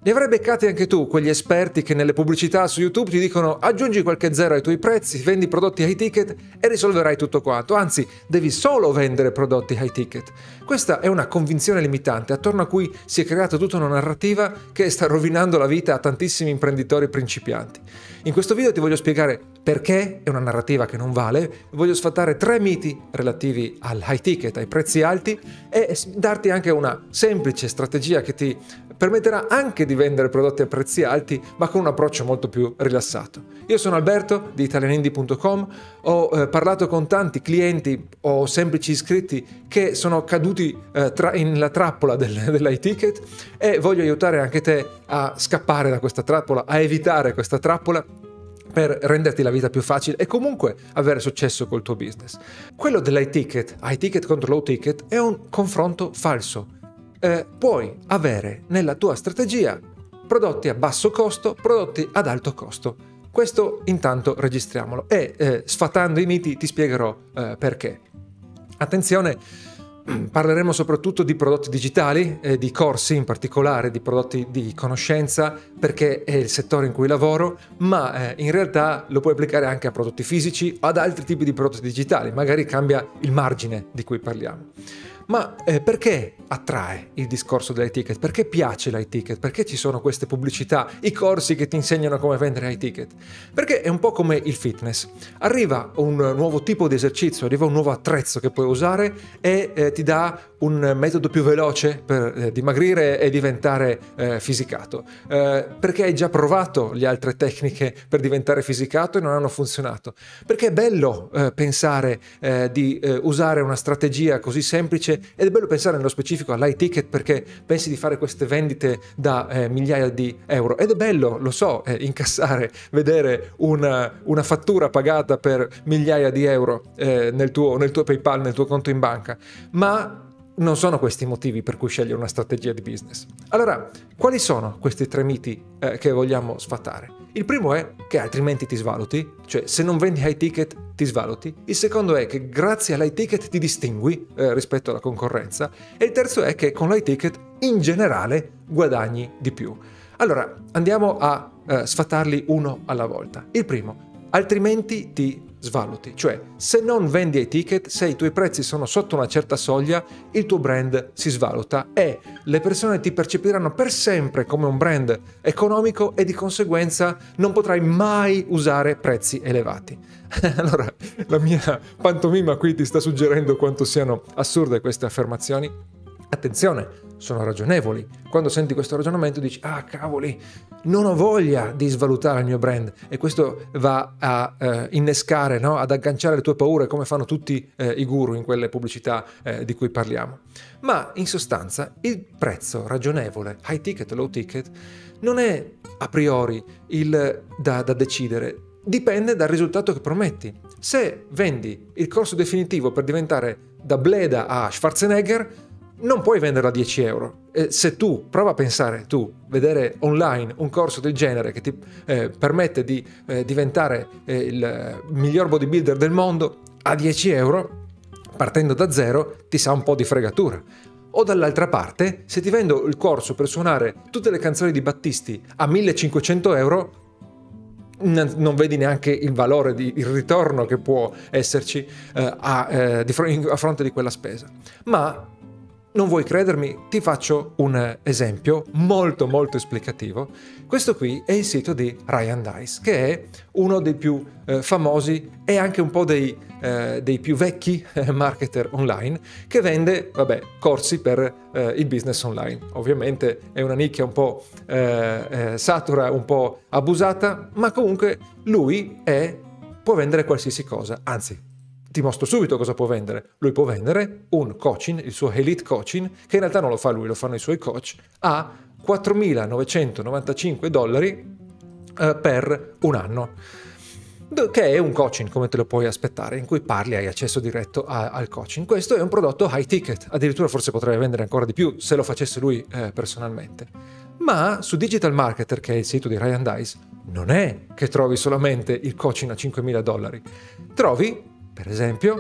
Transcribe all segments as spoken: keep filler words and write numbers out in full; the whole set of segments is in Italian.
Li avrai beccati anche tu, quegli esperti che nelle pubblicità su YouTube ti dicono aggiungi qualche zero ai tuoi prezzi, vendi prodotti high ticket e risolverai tutto quanto. Anzi, devi solo vendere prodotti high ticket. Questa è una convinzione limitante attorno a cui si è creata tutta una narrativa che sta rovinando la vita a tantissimi imprenditori principianti. In questo video ti voglio spiegare perché è una narrativa che non vale, voglio sfatare tre miti relativi al high ticket, ai prezzi alti e darti anche una semplice strategia che ti permetterà anche di vendere prodotti a prezzi alti ma con un approccio molto più rilassato. Io sono Alberto di italian indie punto com, ho eh, parlato con tanti clienti o semplici iscritti che sono caduti eh, tra, nella trappola del, dell'high ticket e voglio aiutare anche te a scappare da questa trappola, a evitare questa trappola per renderti la vita più facile e comunque avere successo col tuo business. Quello dell'high ticket, high ticket contro low ticket, è un confronto falso. Eh, puoi avere nella tua strategia prodotti a basso costo, prodotti ad alto costo. Questo intanto registriamolo e eh, sfatando i miti ti spiegherò eh, perché. Attenzione, parleremo soprattutto di prodotti digitali, eh, di corsi in particolare, di prodotti di conoscenza, perché è il settore in cui lavoro, ma eh, in realtà lo puoi applicare anche a prodotti fisici o ad altri tipi di prodotti digitali, magari cambia il margine di cui parliamo. Ma eh, perché attrae il discorso dell'high ticket? Perché piace l'high ticket? Perché ci sono queste pubblicità, i corsi che ti insegnano come vendere high ticket? Perché è un po' come il fitness. Arriva un nuovo tipo di esercizio, arriva un nuovo attrezzo che puoi usare e eh, ti dà un metodo più veloce per eh, dimagrire e diventare eh, fisicato. Eh, perché hai già provato le altre tecniche per diventare fisicato e non hanno funzionato. Perché è bello eh, pensare eh, di eh, usare una strategia così semplice ed è bello pensare nello specifico all'high ticket perché pensi di fare queste vendite da eh, migliaia di euro ed è bello, lo so, eh, incassare, vedere una, una fattura pagata per migliaia di euro eh, nel tuo, nel tuo PayPal, nel tuo conto in banca, ma non sono questi i motivi per cui scegliere una strategia di business. Allora, quali sono questi tre miti eh, che vogliamo sfatare? Il primo è che altrimenti ti svaluti, cioè se non vendi high ticket ti svaluti. Il secondo è che grazie all'high ticket ti distingui eh, rispetto alla concorrenza. E il terzo è che con l'high ticket in generale guadagni di più. Allora, andiamo a eh, sfatarli uno alla volta. Il primo, altrimenti ti svaluti, cioè se non vendi ai ticket, se i tuoi prezzi sono sotto una certa soglia, il tuo brand si svaluta e le persone ti percepiranno per sempre come un brand economico e di conseguenza non potrai mai usare prezzi elevati. Allora, la mia pantomima qui ti sta suggerendo quanto siano assurde queste affermazioni. Attenzione, sono ragionevoli. Quando senti questo ragionamento dici ah cavoli, non ho voglia di svalutare il mio brand e questo va a eh, innescare, no? Ad agganciare le tue paure come fanno tutti eh, i guru in quelle pubblicità eh, di cui parliamo. Ma in sostanza il prezzo ragionevole, high ticket, low ticket, non è a priori il da, da decidere. Dipende dal risultato che prometti. Se vendi il corso definitivo per diventare da Bleda a Schwarzenegger, non puoi venderlo a dieci euro. Eh, se tu, prova a pensare, tu, vedere online un corso del genere che ti eh, permette di eh, diventare eh, il miglior bodybuilder del mondo a dieci euro, partendo da zero, ti sa un po' di fregatura. O dall'altra parte, se ti vendo il corso per suonare tutte le canzoni di Battisti a millecinquecento euro, non vedi neanche il valore, di, il ritorno che può esserci eh, a, eh, di fr- a fronte di quella spesa. Ma non vuoi credermi? Ti faccio un esempio molto molto esplicativo. Questo qui è il sito di Ryan Deiss, che è uno dei più eh, famosi e anche un po' dei, eh, dei più vecchi eh, marketer online, che vende, vabbè, corsi per eh, il business online. Ovviamente è una nicchia un po' eh, eh, satura, un po' abusata, ma comunque lui è, può vendere qualsiasi cosa, anzi, ti mostro subito cosa può vendere. Lui può vendere un coaching, il suo Elite Coaching, che in realtà non lo fa lui, lo fanno i suoi coach, a quattromilanovecentonovantacinque dollari eh, per un anno. Che è un coaching come te lo puoi aspettare, in cui parli, hai accesso diretto a, al coaching. Questo è un prodotto high ticket, addirittura forse potrebbe vendere ancora di più se lo facesse lui eh, personalmente. Ma su Digital Marketer, che è il sito di Ryan Deiss, non è che trovi solamente il coaching a cinquemila dollari. Trovi, per esempio,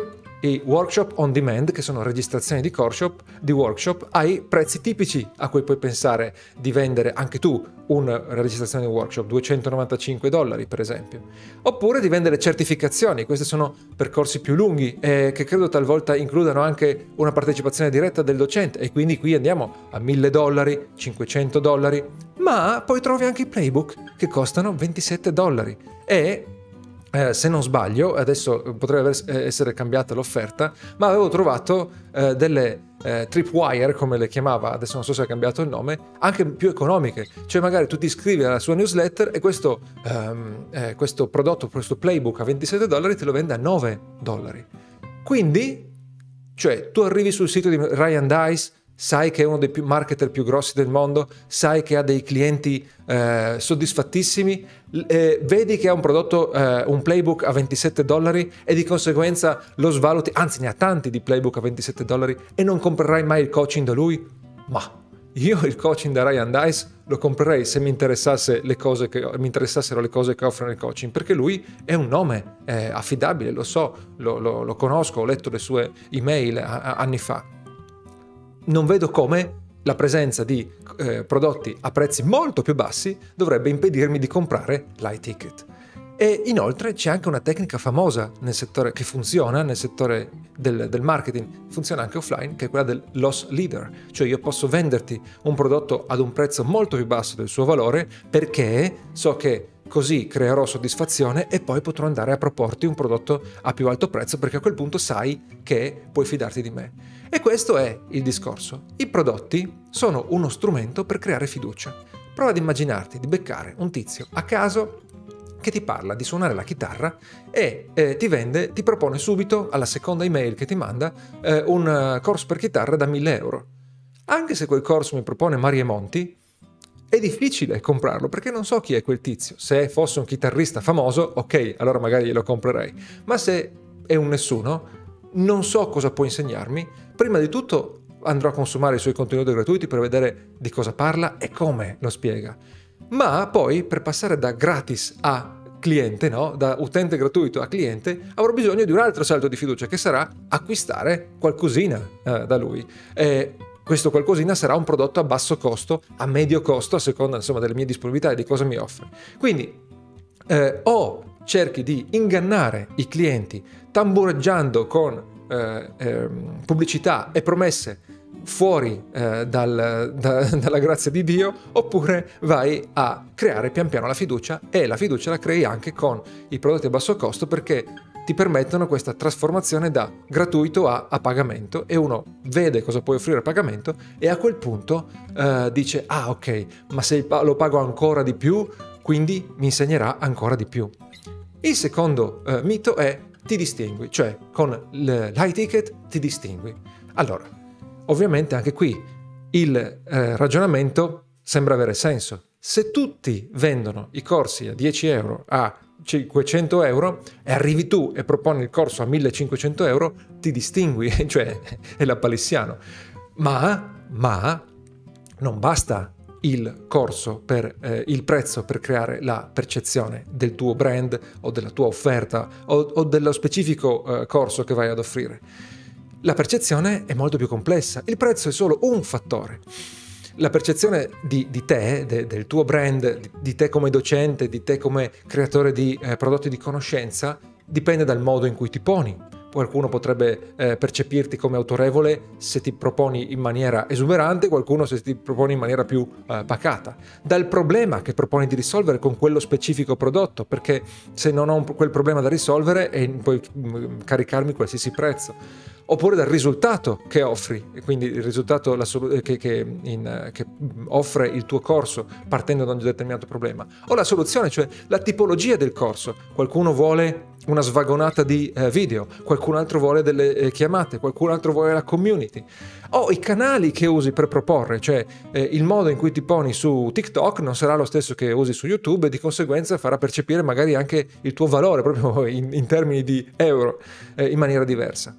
i workshop on demand, che sono registrazioni di workshop, di workshop, hai prezzi tipici a cui puoi pensare di vendere anche tu una registrazione di workshop, duecentonovantacinque dollari per esempio. Oppure di vendere certificazioni, questi sono percorsi più lunghi eh, che credo talvolta includano anche una partecipazione diretta del docente, e quindi qui andiamo a mille dollari, cinquecento dollari, ma poi trovi anche i playbook che costano ventisette dollari e Eh, se non sbaglio, adesso potrebbe essere cambiata l'offerta, ma avevo trovato eh, delle eh, Tripwire, come le chiamava, adesso non so se ha cambiato il nome, anche più economiche. Cioè magari tu ti iscrivi alla sua newsletter e questo, um, eh, questo prodotto, questo playbook a ventisette dollari te lo vende a nove dollari. Quindi, cioè, tu arrivi sul sito di Ryan Deiss, sai che è uno dei più marketer più grossi del mondo, sai che ha dei clienti eh, soddisfattissimi, eh, vedi che ha un prodotto, eh, un playbook a ventisette dollari e di conseguenza lo svaluti, anzi ne ha tanti di playbook a ventisette dollari e non comprerai mai il coaching da lui? Ma io il coaching da Ryan Deiss lo comprerei se mi interessasse le cose che mi interessassero le cose che offrono il coaching, perché lui è un nome è affidabile, lo so, lo, lo, lo conosco, ho letto le sue email a, a, anni fa. Non vedo come la presenza di eh, prodotti a prezzi molto più bassi dovrebbe impedirmi di comprare l'iTicket. E inoltre c'è anche una tecnica famosa nel settore, che funziona nel settore del, del marketing, funziona anche offline, che è quella del loss leader. Cioè io posso venderti un prodotto ad un prezzo molto più basso del suo valore perché so che così creerò soddisfazione e poi potrò andare a proporti un prodotto a più alto prezzo, perché a quel punto sai che puoi fidarti di me. E questo è il discorso. I prodotti sono uno strumento per creare fiducia. Prova ad immaginarti di beccare un tizio a caso che ti parla di suonare la chitarra e eh, ti vende, ti propone subito alla seconda email che ti manda eh, un corso per chitarra da mille euro. Anche se quel corso mi propone Mario Monti, è difficile comprarlo perché non so chi è quel tizio. Se fosse un chitarrista famoso, ok, allora magari glielo comprerei. Ma se è un nessuno, non so cosa può insegnarmi. Prima di tutto andrò a consumare i suoi contenuti gratuiti per vedere di cosa parla e come lo spiega. Ma poi per passare da gratis a cliente, no? Da utente gratuito a cliente, avrò bisogno di un altro salto di fiducia che sarà acquistare qualcosina eh, da lui. E questo qualcosina sarà un prodotto a basso costo, a medio costo, a seconda insomma delle mie disponibilità e di cosa mi offre. Quindi eh, o cerchi di ingannare i clienti tambureggiando con eh, eh, pubblicità e promesse fuori eh, dal, da, dalla grazia di Dio, oppure vai a creare pian piano la fiducia, e la fiducia la crei anche con i prodotti a basso costo perché ti permettono questa trasformazione da gratuito a, a pagamento, e uno vede cosa puoi offrire a pagamento e a quel punto eh, dice ah ok, ma se lo pago ancora di più, quindi mi insegnerà ancora di più. Il secondo eh, mito è ti distingui, cioè con l'iTicket ti distingui. Allora, ovviamente anche qui il eh, ragionamento sembra avere senso. Se tutti vendono i corsi a dieci euro, a cinquecento euro, e arrivi tu e proponi il corso a millecinquecento euro, ti distingui, cioè è lapalissiano. Ma, ma non basta il corso per eh, il prezzo per creare la percezione del tuo brand o della tua offerta o, o dello specifico eh, corso che vai ad offrire. La percezione è molto più complessa, il prezzo è solo un fattore. La percezione di, di te, de, del tuo brand, di, di te come docente, di te come creatore di eh, prodotti di conoscenza, dipende dal modo in cui ti poni. Qualcuno potrebbe eh, percepirti come autorevole se ti proponi in maniera esuberante, qualcuno se ti proponi in maniera più eh, pacata. Dal problema che proponi di risolvere con quello specifico prodotto, perché se non ho un, quel problema da risolvere eh, puoi mh, caricarmi qualsiasi prezzo. Oppure dal risultato che offri, e quindi il risultato la solu- che, che, in, che offre il tuo corso partendo da un determinato problema, o la soluzione, cioè la tipologia del corso. Qualcuno vuole una svagonata di eh, video, qualcun altro vuole delle eh, chiamate, qualcun altro vuole la community, o i canali che usi per proporre, cioè eh, il modo in cui ti poni su TikTok non sarà lo stesso che usi su YouTube, e di conseguenza farà percepire magari anche il tuo valore proprio in, in termini di euro eh, in maniera diversa.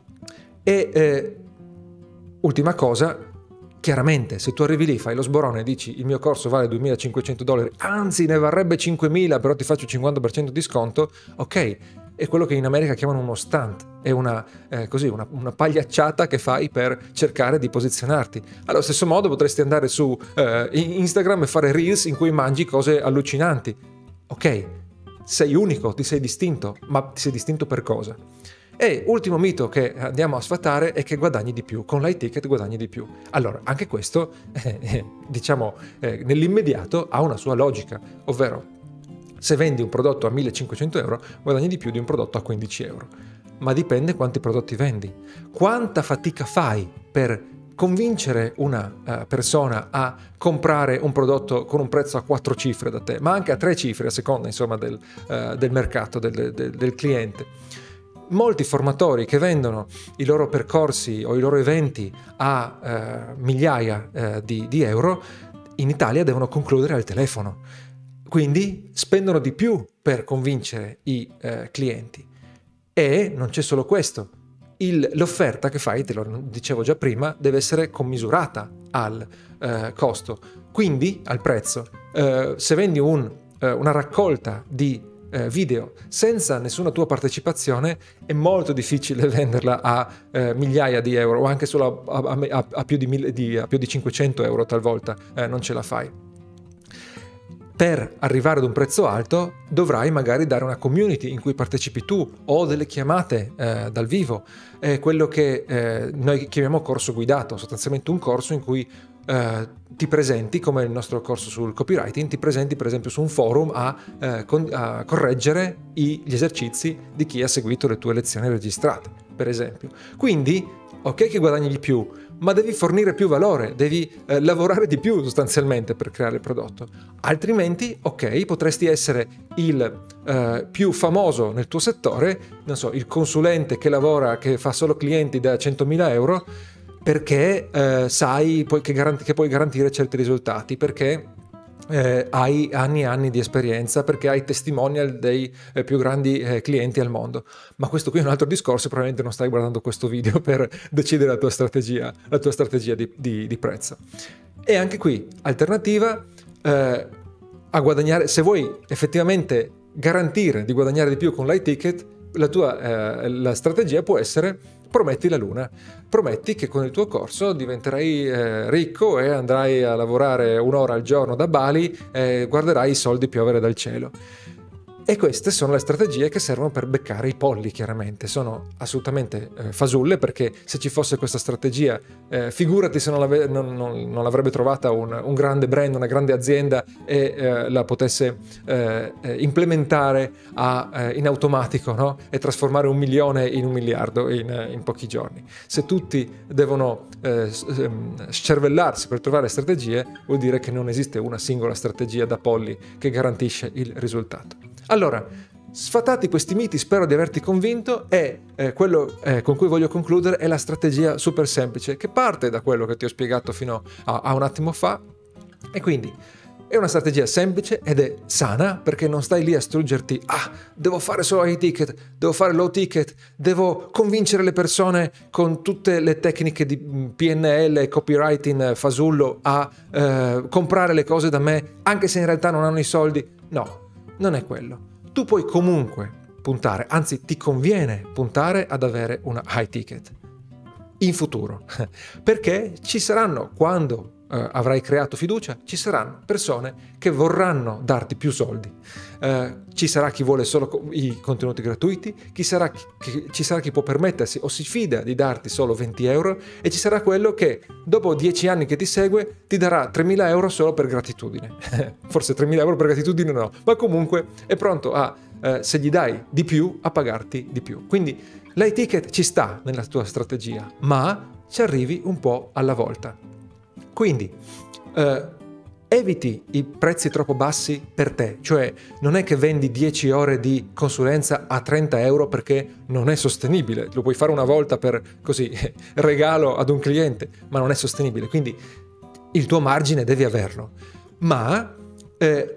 E eh, ultima cosa, chiaramente se tu arrivi lì, fai lo sborone e dici il mio corso vale duemilacinquecento dollari, anzi ne varrebbe cinquemila, però ti faccio il cinquanta per cento di sconto, ok, è quello che in America chiamano uno stunt, è una, eh, così, una, una pagliacciata che fai per cercare di posizionarti. Allo stesso modo potresti andare su eh, Instagram e fare reels in cui mangi cose allucinanti. Ok, sei unico, ti sei distinto, ma ti sei distinto per cosa? E ultimo mito che andiamo a sfatare è che guadagni di più, con l'iTicket guadagni di più. Allora, anche questo, eh, diciamo, eh, nell'immediato ha una sua logica, ovvero se vendi un prodotto a millecinquecento euro guadagni di più di un prodotto a quindici euro. Ma dipende quanti prodotti vendi. Quanta fatica fai per convincere una uh, persona a comprare un prodotto con un prezzo a quattro cifre da te, ma anche a tre cifre a seconda, insomma, del, uh, del mercato, del, del, del cliente. Molti formatori che vendono i loro percorsi o i loro eventi a eh, migliaia eh, di, di euro in Italia devono concludere al telefono, quindi spendono di più per convincere i eh, clienti. E non c'è solo questo, Il, l'offerta che fai, te lo dicevo già prima, deve essere commisurata al eh, costo, quindi al prezzo. Eh, se vendi un, eh, una raccolta di Eh, video senza nessuna tua partecipazione è molto difficile venderla a eh, migliaia di euro o anche solo a, a, a, a, più, di mille, di, a più di cinquecento euro talvolta eh, non ce la fai. Per arrivare ad un prezzo alto dovrai magari dare una community in cui partecipi tu o delle chiamate eh, dal vivo, è quello che eh, noi chiamiamo corso guidato, sostanzialmente un corso in cui Uh, ti presenti, come il nostro corso sul copywriting, ti presenti per esempio su un forum a, uh, con, a correggere i, gli esercizi di chi ha seguito le tue lezioni registrate, per esempio. Quindi, ok che guadagni di più, ma devi fornire più valore, devi uh, lavorare di più sostanzialmente per creare il prodotto. Altrimenti, ok, potresti essere il uh, più famoso nel tuo settore, non so, il consulente che lavora, che fa solo clienti da centomila euro, perché eh, sai poi che, garanti- che puoi garantire certi risultati, perché eh, hai anni e anni di esperienza, perché hai testimonial dei eh, più grandi eh, clienti al mondo. Ma questo qui è un altro discorso, probabilmente non stai guardando questo video per decidere la tua strategia, la tua strategia di, di, di prezzo. E anche qui, alternativa eh, a guadagnare, se vuoi effettivamente garantire di guadagnare di più con l'iTicket, la tua eh, la strategia può essere: prometti la luna, prometti che con il tuo corso diventerai eh, ricco e andrai a lavorare un'ora al giorno da Bali e guarderai i soldi piovere dal cielo. E queste sono le strategie che servono per beccare i polli, chiaramente. Sono assolutamente eh, fasulle, perché se ci fosse questa strategia, eh, figurati se non, l'ave- non, non, non l'avrebbe trovata un, un grande brand, una grande azienda e eh, la potesse eh, implementare a, eh, in automatico, no? E trasformare un milione in un miliardo in, in pochi giorni. Se tutti devono eh, scervellarsi per trovare strategie, vuol dire che non esiste una singola strategia da polli che garantisce il risultato. Allora, sfatati questi miti, spero di averti convinto, e eh, quello eh, con cui voglio concludere è la strategia super semplice, che parte da quello che ti ho spiegato fino a, a un attimo fa, e quindi è una strategia semplice ed è sana, perché non stai lì a struggerti: ah, devo fare solo high ticket, devo fare low ticket, devo convincere le persone con tutte le tecniche di P N L e copywriting fasullo a eh, comprare le cose da me, anche se in realtà non hanno i soldi. No. Non è quello. Tu puoi comunque puntare, anzi ti conviene puntare ad avere una high ticket in futuro, perché ci saranno, quando eh, avrai creato fiducia, ci saranno persone che vorranno darti più soldi. Eh, ci sarà chi vuole solo co- i contenuti gratuiti, chi sarà chi, chi, ci sarà chi può permettersi o si fida di darti solo venti euro, e ci sarà quello che dopo dieci anni che ti segue ti darà tremila euro solo per gratitudine. Forse tremila euro per gratitudine no, ma comunque è pronto a, eh, se gli dai di più, a pagarti di più. Quindi l'iTicket ci sta nella tua strategia, ma ci arrivi un po' alla volta. Quindi eh, eviti i prezzi troppo bassi per te, cioè non è che vendi dieci ore di consulenza a trenta euro perché non è sostenibile, lo puoi fare una volta per così regalo ad un cliente, ma non è sostenibile, quindi il tuo margine devi averlo, ma eh,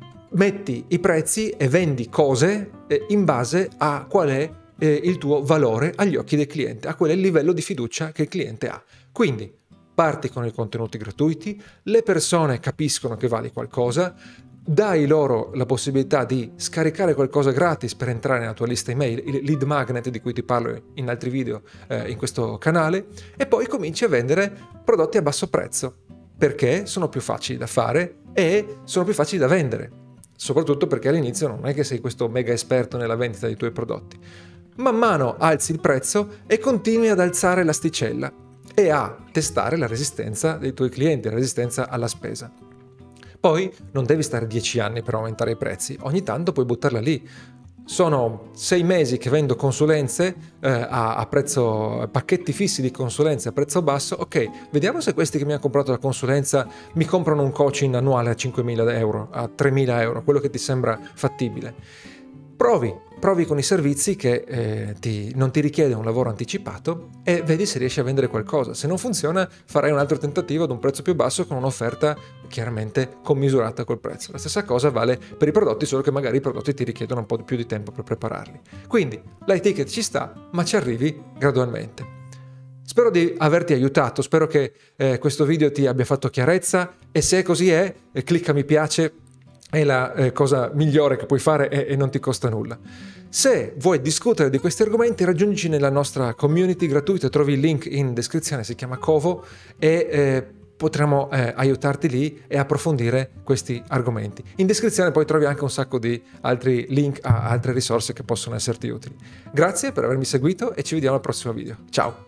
metti i prezzi e vendi cose eh, in base a qual è eh, il tuo valore agli occhi del cliente, a qual è il livello di fiducia che il cliente ha. Quindi parti con i contenuti gratuiti, le persone capiscono che vali qualcosa, dai loro la possibilità di scaricare qualcosa gratis per entrare nella tua lista email, il lead magnet di cui ti parlo in altri video eh, in questo canale, e poi cominci a vendere prodotti a basso prezzo, perché sono più facili da fare e sono più facili da vendere, soprattutto perché all'inizio non è che sei questo mega esperto nella vendita dei tuoi prodotti. Man mano alzi il prezzo e continui ad alzare l'asticella e a testare la resistenza dei tuoi clienti, la resistenza alla spesa. Poi non devi stare dieci anni per aumentare i prezzi, ogni tanto puoi buttarla lì. Sono sei mesi che vendo consulenze eh, a, a prezzo, pacchetti fissi di consulenze a prezzo basso. Ok, vediamo se questi che mi hanno comprato la consulenza mi comprano un coaching annuale a cinquemila euro, a tremila euro, quello che ti sembra fattibile. Provi, provi con i servizi che eh, ti, non ti richiede un lavoro anticipato e vedi se riesci a vendere qualcosa. Se non funziona, farai un altro tentativo ad un prezzo più basso con un'offerta chiaramente commisurata col prezzo. La stessa cosa vale per i prodotti, solo che magari i prodotti ti richiedono un po' più di tempo per prepararli. Quindi l'high-ticket ci sta, ma ci arrivi gradualmente. Spero di averti aiutato, spero che eh, questo video ti abbia fatto chiarezza e se così è, eh, clicca mi piace. È la eh, cosa migliore che puoi fare e, e non ti costa nulla. Se vuoi discutere di questi argomenti, raggiungici nella nostra community gratuita, trovi il link in descrizione, si chiama Covo, e eh, potremo eh, aiutarti lì e approfondire questi argomenti. In descrizione poi trovi anche un sacco di altri link a altre risorse che possono esserti utili. Grazie per avermi seguito e ci vediamo al prossimo video. Ciao!